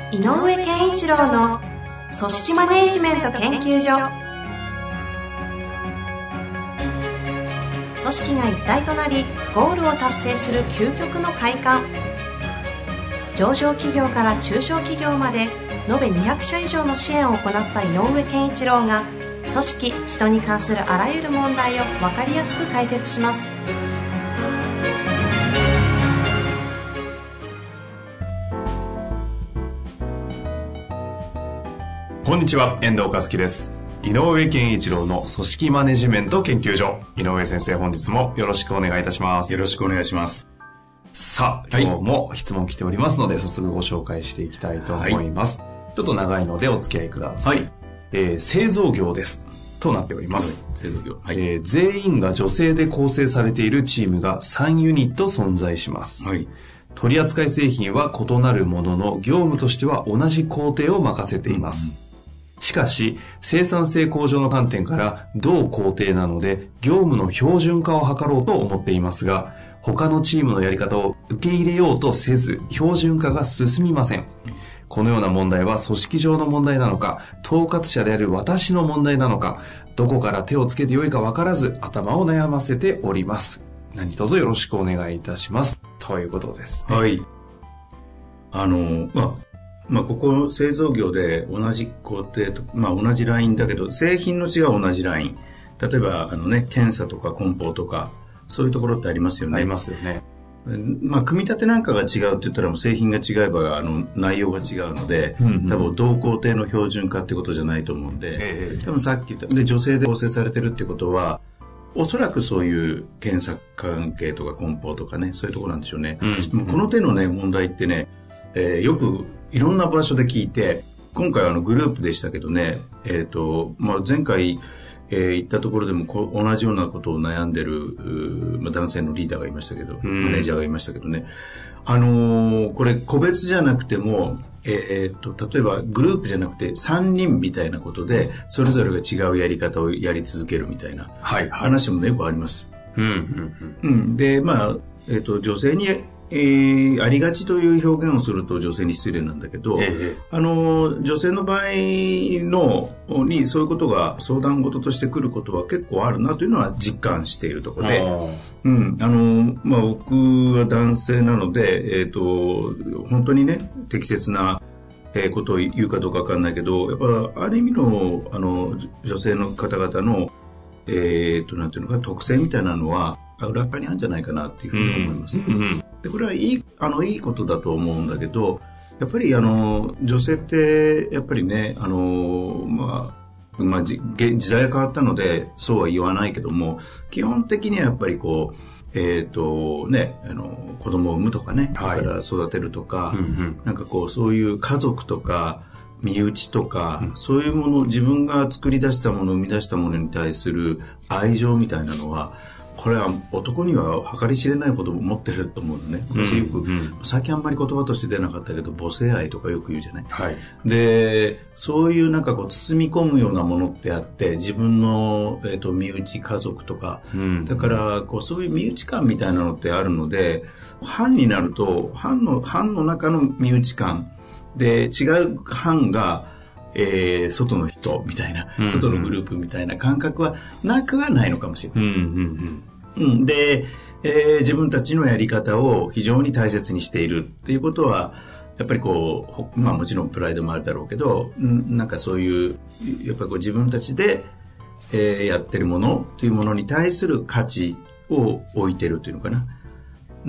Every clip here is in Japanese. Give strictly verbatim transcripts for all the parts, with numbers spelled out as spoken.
井上健一郎の組織マネジメント研究所。組織が一体となりゴールを達成する究極の快感。上場企業から中小企業まで延べにひゃくしゃ以上の支援を行った井上健一郎が、組織・人に関するあらゆる問題を分かりやすく解説します。 こんにちは、遠藤和樹です。井上健一郎の組織マネジメント研究所。井上先生、本日もよろしくお願いいたします。 よろしくお願いします。 さあ、今日も質問来ておりますので、早速ご紹介していきたいと思います。はい、ちょっと長いのでお付き合いください。はい、えー、製造業ですとなっております。 製造業、はい、 えー、全員が女性で構成されているチームがさんユニット存在します。はい、取扱製品は異なるものの、業務としては同じ工程を任せています。うんうん、しかし生産性向上の観点から同工程なので業務の標準化を図ろうと思っていますが、他のチームのやり方を受け入れようとせず標準化が進みません。このような問題は組織上の問題なのか、統括者である私の問題なのか、どこから手をつけてよいか分からず頭を悩ませております。何卒よろしくお願いいたしますということです、ね。 はい、あのまあまあ、ここ製造業で同じ工程と、まあ、同じラインだけど製品の違う同じライン、例えばあの、ね、検査とか梱包とかそういうところってありますよね。 ありますよね。 まあ、組み立てなんかが違うって言ったらもう製品が違えばあの内容が違うので、うんうん、多分同工程の標準化ってことじゃないと思うんで、えー、多分さっき言ったで女性で構成されてるってことはおそらくそういう検査関係とか梱包とかね、そういうところなんでしょうね。うんうん、この手のね問題ってね、えー、よくいろんな場所で聞いて、今回あのグループでしたけどね、えっと、まあ、前回、えー、行ったところでもこ同じようなことを悩んでる、まあ、男性のリーダーがいましたけど、マネージャーがいましたけどね、あのー、これ個別じゃなくても、えー、っと、例えばグループじゃなくてさんにんみたいなことで、それぞれが違うやり方をやり続けるみたいな話もね、よくあります。うんうんうんうん、で、まあ、えー、っと、女性にえー、ありがちという表現をすると女性に失礼なんだけど、ええ、あの女性の場合のにそういうことが相談事としてくることは結構あるなというのは実感しているところで、うん、あのまあ、僕は男性なので、えーと、本当にね適切なことを言うかどうか分かんないけど、やっぱある意味の、あの女性の方々の、えーと、なんていうのか特性みたいなのは裏側にあるんじゃないかなっていうふうに思います、ね。うんうんでこれはいい、あの、いいことだと思うんだけど、やっぱりあの、女性って、やっぱりね、あの、まあ、まあ、時代が変わったので、そうは言わないけども、基本的にはやっぱりこう、えっと、ね、あの、子供を産むとかね、はい、から育てるとか、うんうん、なんかこう、そういう家族とか、身内とか、うん、そういうもの、自分が作り出したもの、生み出したものに対する愛情みたいなのは、これは男には計り知れないほど持ってると思うのね。私よく、うんうん、最近あんまり言葉として出なかったけど母性愛とかよく言うじゃない、はい、でそういうなんかこう包み込むようなものってあって、自分の、えーと、身内家族とか、うん、だからこうそういう身内感みたいなのってあるので、班になると班の班の中の身内感で違う班がえー、外の人みたいな、うんうん、外のグループみたいな感覚はなくはないのかもしれない。うんうんうん、で、えー、自分たちのやり方を非常に大切にしているっていうことは、やっぱりこう、まあもちろんプライドもあるだろうけど、なんかそういう、やっぱりこう自分たちで、えー、やってるものというものに対する価値を置いてるというのかな。うん、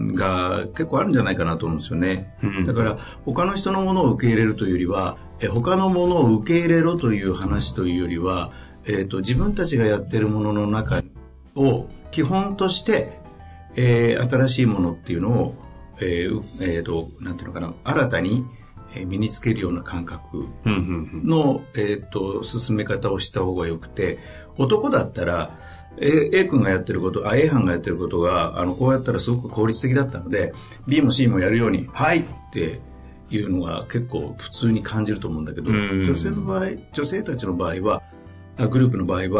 が結構あるんじゃないかなと思うんですよね、うん、だから他の人のものを受け入れるというよりは、え他のものを受け入れろという話というよりは、えーと、自分たちがやってるものの中を基本として、えー、新しいものっていうのを、えーえーと、なんていうのかな、新たに身につけるような感覚の、えーと、進め方をした方がよくて、男だったらA, A 君がやってること、あ、A 班がやってることが、あの、こうやったらすごく効率的だったので、B も C もやるように、はいっていうのが結構普通に感じると思うんだけど、女性の場合、女性たちの場合は、グループの場合は、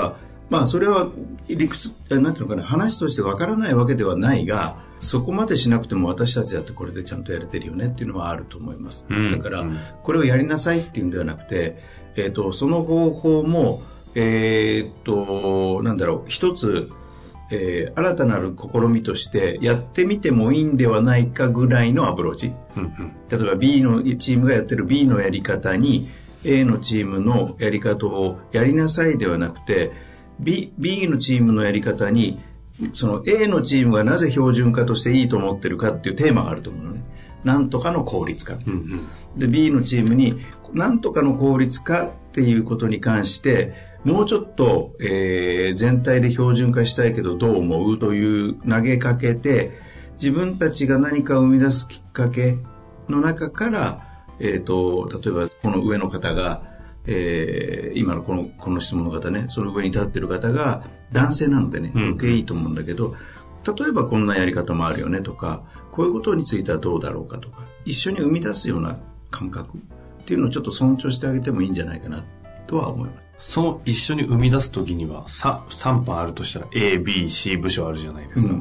まあそれは理屈なんていうのかな、話としてわからないわけではないが、そこまでしなくても私たちだってこれでちゃんとやれてるよねっていうのはあると思います、うん、だからこれをやりなさいっていうんではなくて、えーと、その方法もえー、っとなんだろう一つ、えー、新たなる試みとしてやってみてもいいんではないかぐらいのアプローチ、うんうん、例えば B のチームがやってる B のやり方に A のチームのやり方をやりなさいではなくて B, B のチームのやり方にその A のチームがなぜ標準化としていいと思ってるかっていうテーマがあると思うのね。なんとかの効率化、うんうん、で B のチームになんとかの効率化っていうことに関してもうちょっと、えー、全体で標準化したいけどどう思うという投げかけて自分たちが何かを生み出すきっかけの中から、えーと、例えばこの上の方がえー、今のこのこの質問の方ね、その上に立ってる方が男性なのでね、余計いいと思うんだけど、例えばこんなやり方もあるよねとか、こういうことについてはどうだろうかとか、一緒に生み出すような感覚っていうのをちょっと尊重してあげてもいいんじゃないかなとは思います。 その一緒に生み出すときには 3, さん班あるとしたら A、B、C 部署あるじゃないですか、うん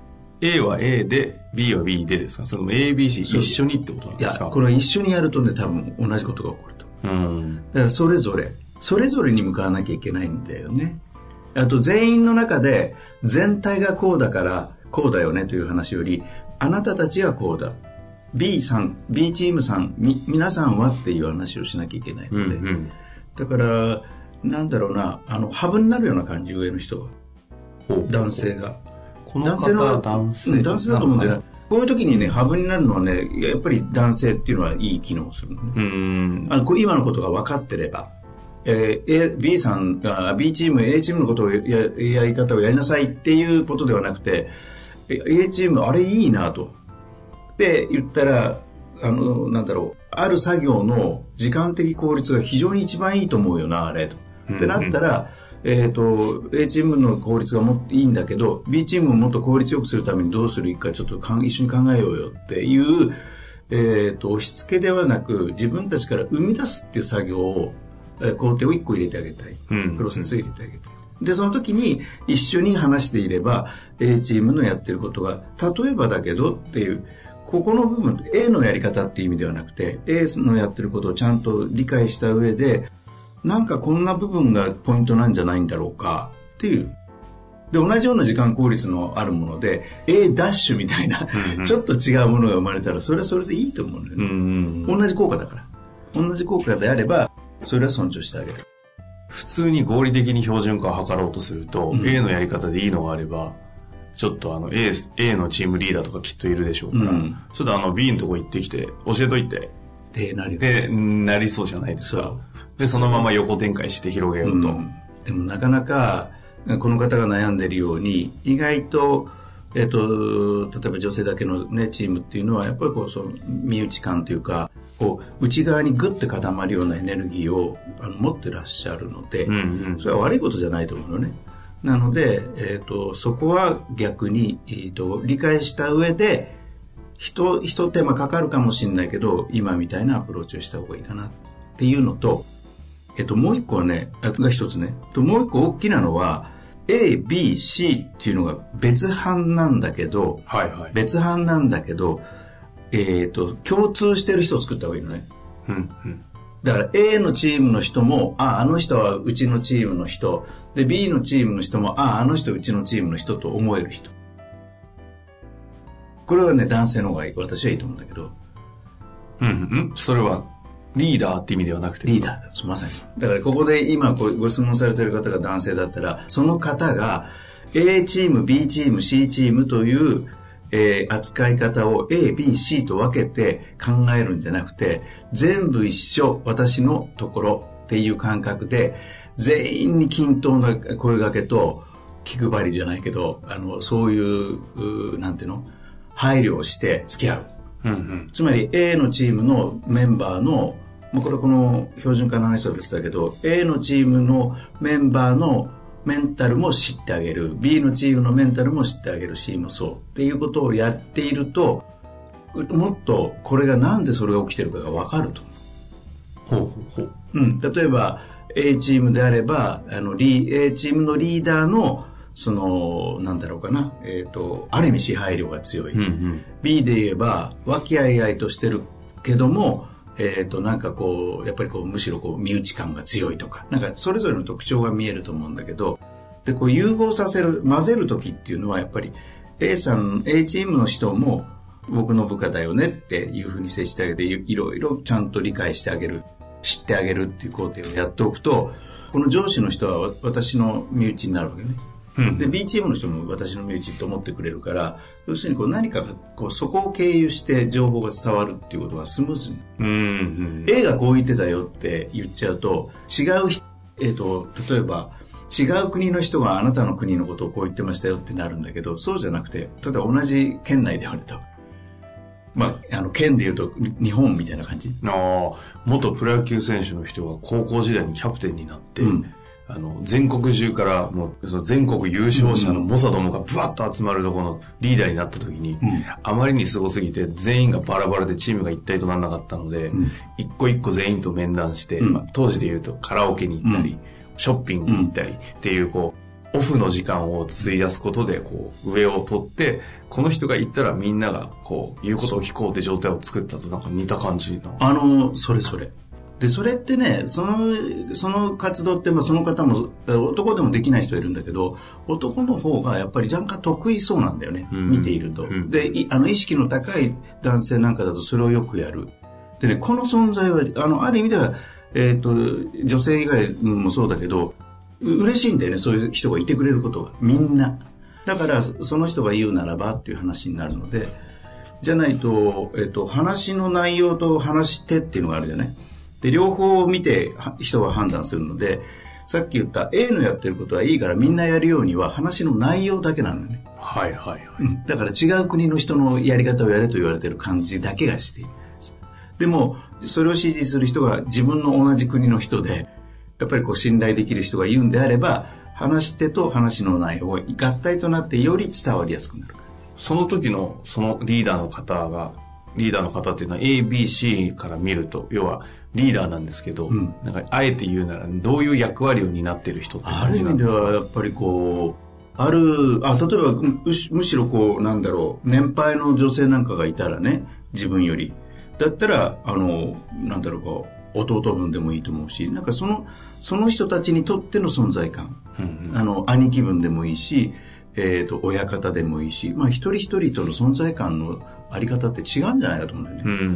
、A は A で B は B でですか、その A、B、C 一緒にってことなんですか。 いや、これは一緒にやるとね、多分同じことが起こると。うん、だからそれぞれそれぞれに向かわなきゃいけないんだよね。あと全員の中で全体がこうだからこうだよねという話より、あなたたちはこうだ B さん B チームさんみ皆さんはっていう話をしなきゃいけないので、うんうん、だからなんだろうな、あのハブになるような感じ、上の人は男性がこの方は男性男性だと思うんだよね。こういう時にね、ハブになるのはね、やっぱり男性っていうのはいい機能をするのね。うん、あの今のことが分かってれば、えー、B さんが B チーム A チームのことを や, やり方をやりなさいっていうことではなくて、A チームあれいいなとって言ったら、あのなんだろう、ある作業の時間的効率が非常に一番いいと思うよなあれと、うんうん、ってなったら、えーと、A チームの効率がもっといいんだけど B チームをもっと効率よくするためにどうするかちょっとかん一緒に考えようよっていう、えーと、押し付けではなく自分たちから生み出すっていう作業を、えー、工程をいっこ入れてあげたい、うん、プロセスを入れてあげたい。でその時に一緒に話していれば A チームのやってることが例えばだけどっていうここの部分 A のやり方っていう意味ではなくて A のやってることをちゃんと理解した上でなんかこんな部分がポイントなんじゃないんだろうかっていう。で、同じような時間効率のあるもので A ダッシュみたいな、うんうん、ちょっと違うものが生まれたらそれはそれでいいと思うんだよね、うんうん、同じ効果だから同じ効果であればそれは尊重してあげる。 普通に合理的に標準化を図ろうとすると、うん、A のやり方でいいのがあればちょっとあの A, A のチームリーダーとかきっといるでしょうから、うん、ちょっとあの B のとこ行ってきて教えといてでなりでなりそうじゃないですか。でそのまま横展開して広げようと、うん、 でもなかなかこの方が悩んでいるように意外と、えーと、例えば女性だけの、ね、チームっていうのはやっぱりこうその身内感というかこう内側にグッて固まるようなエネルギーをあの持ってらっしゃるので、うんうん、それは悪いことじゃないと思うのね。なので、えーと、そこは逆に、えーと、理解した上でひと一手間かかるかもしれないけど今みたいなアプローチをした方がいいかなっていうのと、えっと、もう一個はね、が一つね、もう一個大きなのは A、B、C っていうのが別班なんだけど、はいはい、別班なんだけど、えっと、共通してる人を作った方がいいのね。うんうん、だから A のチームの人も、あ、あの人はうちのチームの人、で B のチームの人も、あ、あの人うちのチームの人と思える人。これはね、男性の方がいい。私はいいと思うんだけど。 うんうん。それはリーダーって意味ではなくて、 リーダーだ、まさにそう。だからここで今ごご質問されている方が男性だったら、その方が A チーム B チーム C チームという、えー、扱い方を A、B、C と分けて考えるんじゃなくて、全部一緒私のところっていう感覚で全員に均等な声掛けと気配りじゃないけど、あのそういう、うなんていうの、配慮をして付き合う、うんうん、つまり A のチームのメンバーの、これはこの標準化の話は別だけど A のチームのメンバーのメンタルも知ってあげる、 B のチームのメンタルも知ってあげる、 C もそうっていうことをやっていると、もっとこれがなんでそれが起きてるかが分かると。 ほうほうほう、 うん、例えば A チームであれば、あの、A チームのリーダーの、その、なんだろうかな、えっと、ある意味支配量が強い。うんうん、B で言えば、和気あいあいとしてるけども、えっと、なんかこう、やっぱりこう、むしろこう、身内感が強いとか、なんかそれぞれの特徴が見えると思うんだけど、で、こう、融合させる、混ぜるときっていうのは、やっぱり、A さん、A チームの人も、僕の部下だよねっていうふうに接してあげて、いろいろちゃんと理解してあげる。知ってあげるっていう工程をやっておくと、この上司の人は私の身内になるわけね、うん、で B チームの人も私の身内と思ってくれるから、要するにこう何かこうそこを経由して情報が伝わるっていうことがスムーズに、うんうん、A がこう言ってたよって言っちゃうと違う、えーと、例えば違う国の人があなたの国のことをこう言ってましたよってなるんだけど、そうじゃなくて、例えば同じ県内であると、まあ、あの県でいうと日本みたいな感じ。 ああ、元プロ野球選手の人が高校時代にキャプテンになって、うん、あの全国中からもうその全国優勝者の猛者どもがブワッと集まるところのリーダーになった時に、うん、あまりにすごすぎて全員がバラバラでチームが一体とならなかったので、うん、一個一個全員と面談して、うんまあ、当時でいうとカラオケに行ったり、うん、ショッピングに行ったりっていうこうオフの時間を費やすことでこう上を取って、この人が言ったらみんながこう言うことを聞こうって状態を作ったとなんか似た感じな。 あのそれそれで、それってね、そのその活動って、まあ、その方も男でもできない人いるんだけど、男の方がやっぱり若干得意そうなんだよね、うん、見ていると、うん、であの意識の高い男性なんかだとそれをよくやる。でね、この存在はあのある意味では、えーと、女性以外もそうだけど嬉しいんだよね、そういう人がいてくれることがみんな。だからその人が言うならばっていう話になるので、じゃないと、えっと、話の内容と話し手っていうのがあるじゃない。で両方見て人は判断するので、さっき言った A のやってることはいいからみんなやるようには話の内容だけなのね。 はいはいはい、 うん、だから違う国の人のやり方をやれと言われてる感じだけがしている。でもそれを支持する人が自分の同じ国の人で、やっぱりこう信頼できる人が言うんであれば、話し手と話の内容が合体となってより伝わりやすくなる。 その時のそのリーダーの方が、リーダーの方っていうのは エービーシー から見ると要はリーダーなんですけど、うん、なんかあえて言うならどういう役割を担っている人って感じなんですか？ ある意味ではやっぱりこうあるあ例えばむし、むしろこうなんだろう、年配の女性なんかがいたらね、自分よりだったらあのなんだろうこう弟分でもいいと思うし、なんかそのその人たちにとっての存在感、うんうん、あの兄貴分でもいいし、えーと親方でもいいし、まあ一人一人との存在感のあり方って違うんじゃないかと思うんだよね、うんうんうんうん、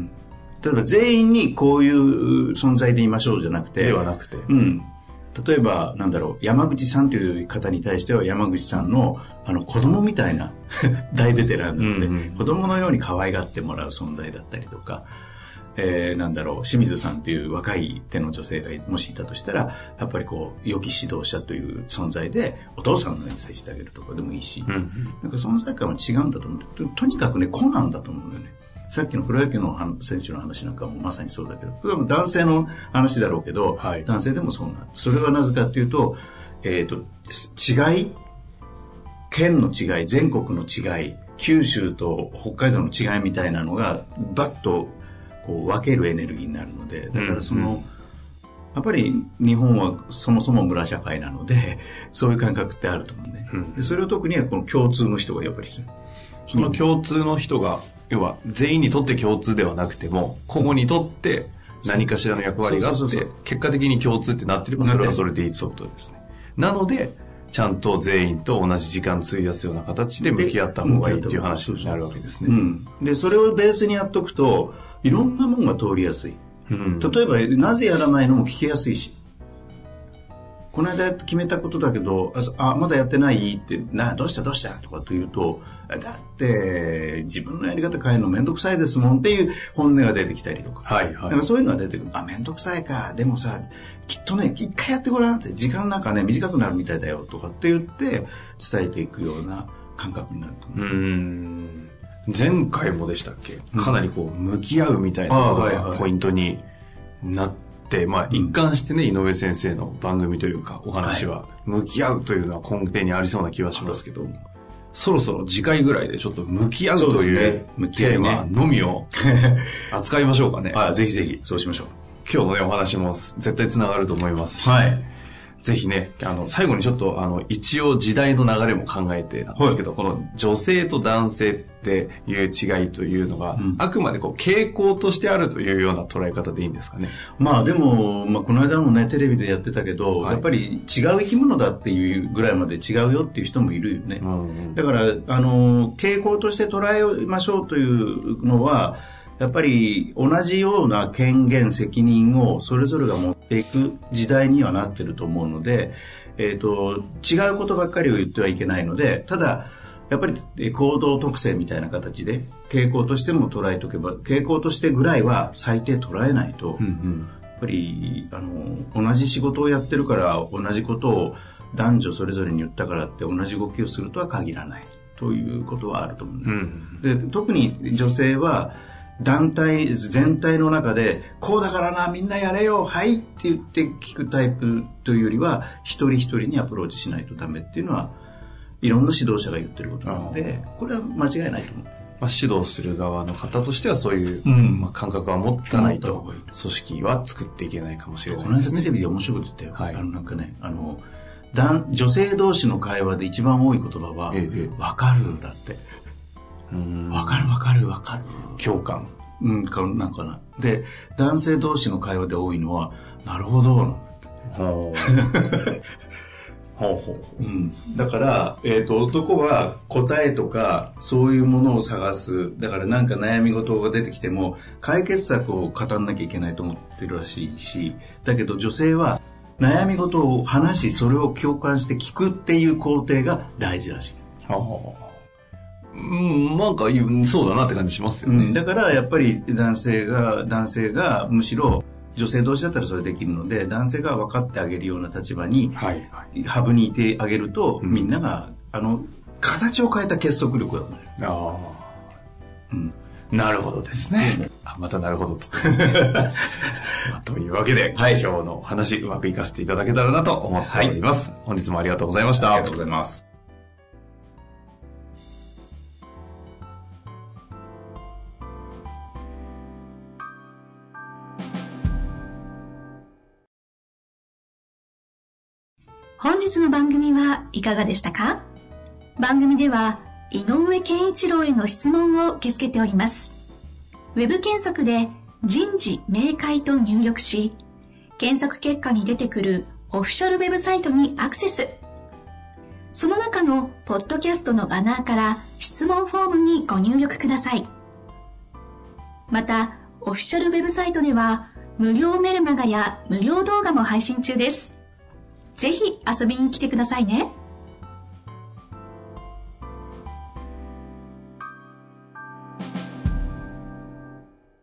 例えば全員にこういう存在でいましょうじゃなくてではなくて、 うん、例えばなんだろう、山口さんという方に対しては山口さんのあの子供みたいな大ベテランなので、うんうん、子供のように可愛がってもらう存在だったりとか、えー、なんだろう、清水さんという若い手の女性がもしいたとしたら、やっぱりこう良き指導者という存在でお父さんのように接してあげるとかでもいいし、うんうん、なんか存在感は違うんだと思う。 と, とにかくね、子なんだと思うんだよね。さっきのプロ野球の選手の話なんかもまさにそうだけど、これは男性の話だろうけど、はい、男性でもそうなる。それはなぜかというと、えーと、違い、県の違い、全国の違い、九州と北海道の違いみたいなのがバッとこう分けるエネルギーになるので、だからその、うんうん、やっぱり日本はそもそも村社会なので、そういう感覚ってあると思うね、うん、でそれを特にはこの共通の人がやっぱりする。 その共通の人が、要は全員にとって共通ではなくても個々にとって何かしらの役割があって結果的に共通ってなってればそれはそれでいいということですね。なのでちゃんと全員と同じ時間費やすような形で向き合った方がいいっていう話になるわけですね。 うん、でそれをベースにやっとくといろんなものが通りやすい、うん、例えばなぜやらないのも聞きやすいし、この間決めたことだけど あ, あまだやってないってな、どうしたどうしたとかと言うと、だって自分のやり方変えるのめんどくさいですもんっていう本音が出てきたりとか、はいはい、だからそういうのが出てくる。あ、めんどくさいか、でもさきっとね一回やってごらんって、時間なんかね短くなるみたいだよとかって言って伝えていくような感覚になると思う。うーん、前回もでしたっけ、かなりこう向き合うみたいなのがポイントになって、まあ一貫してね、井上先生の番組というかお話は向き合うというのは根底にありそうな気はしますけど、そろそろ次回ぐらいでちょっと向き合うというテーマのみを扱いましょうかね。 あ、ぜひぜひそうしましょう。 今日のね、お話も絶対つながると思いますし、 はい。 ぜひね、あの、最後にちょっと、あの、一応時代の流れも考えてなんですけど、はい、この女性と男性っていう違いというのが、うん、あくまでこう、傾向としてあるというような捉え方でいいんですかね。 まあでも、まあこの間もね、テレビでやってたけど、はい、やっぱり違う生き物だっていうぐらいまで違うよっていう人もいるよね。うんうん、だから、あの、傾向として捉えましょうというのは、やっぱり同じような権限責任をそれぞれが持っていく時代にはなってると思うので、えーと、違うことばっかりを言ってはいけないので、ただやっぱり行動特性みたいな形で傾向としても捉えておけば、傾向としてぐらいは最低捉えないと、うんうん、やっぱりあの同じ仕事をやってるから同じことを男女それぞれに言ったからって同じ動きをするとは限らないということはあると思う、うん、で特に女性は団体全体の中でこうだからなみんなやれよはいって言って聞くタイプというよりは一人一人にアプローチしないとダメっていうのはいろんな指導者が言ってることなのでこれは間違いないと思う、まあ、指導する側の方としてはそういう、うんまあ、感覚は持たないと組織は作っていけないかもしれないですね。 この間テレビで面白いこと言ったよ、はい、あのなんかねあの女性同士の会話で一番多い言葉は、ええ、分かるだってわかるわかるわかる共感うんかなんかなで男性同士の会話で多いのはなるほどなんだってほうほうほう、うん、だから、えーと、男は答えとかそういうものを探すだからなんか悩み事が出てきても解決策を語んなきゃいけないと思ってるらしいしだけど女性は悩み事を話しそれを共感して聞くっていう工程が大事らしい。はあうん、なんかそうだなって感じしますよね、うん、 だからやっぱり男性が男性がむしろ女性同士だったらそれできるので男性が分かってあげるような立場に、はいはい、ハブにいてあげると、うん、みんながあの形を変えた結束力だと思う。ああ、うん、なるほどですね、うん、あまたなるほどって言ってますね、まあ、というわけで、はい、今日の話うまくいかせていただけたらなと思っております、はい、本日もありがとうございました。 ありがとうございます。 本日の番組はいかがでしたか？番組では井上健一郎への質問を受け付けております。ウェブ検索で人事明快と入力し、検索結果に出てくるオフィシャルウェブサイトにアクセス。その中のポッドキャストのバナーから質問フォームにご入力ください。また、オフィシャルウェブサイトでは無料メルマガや無料動画も配信中です。ぜひ遊びに来てくださいね。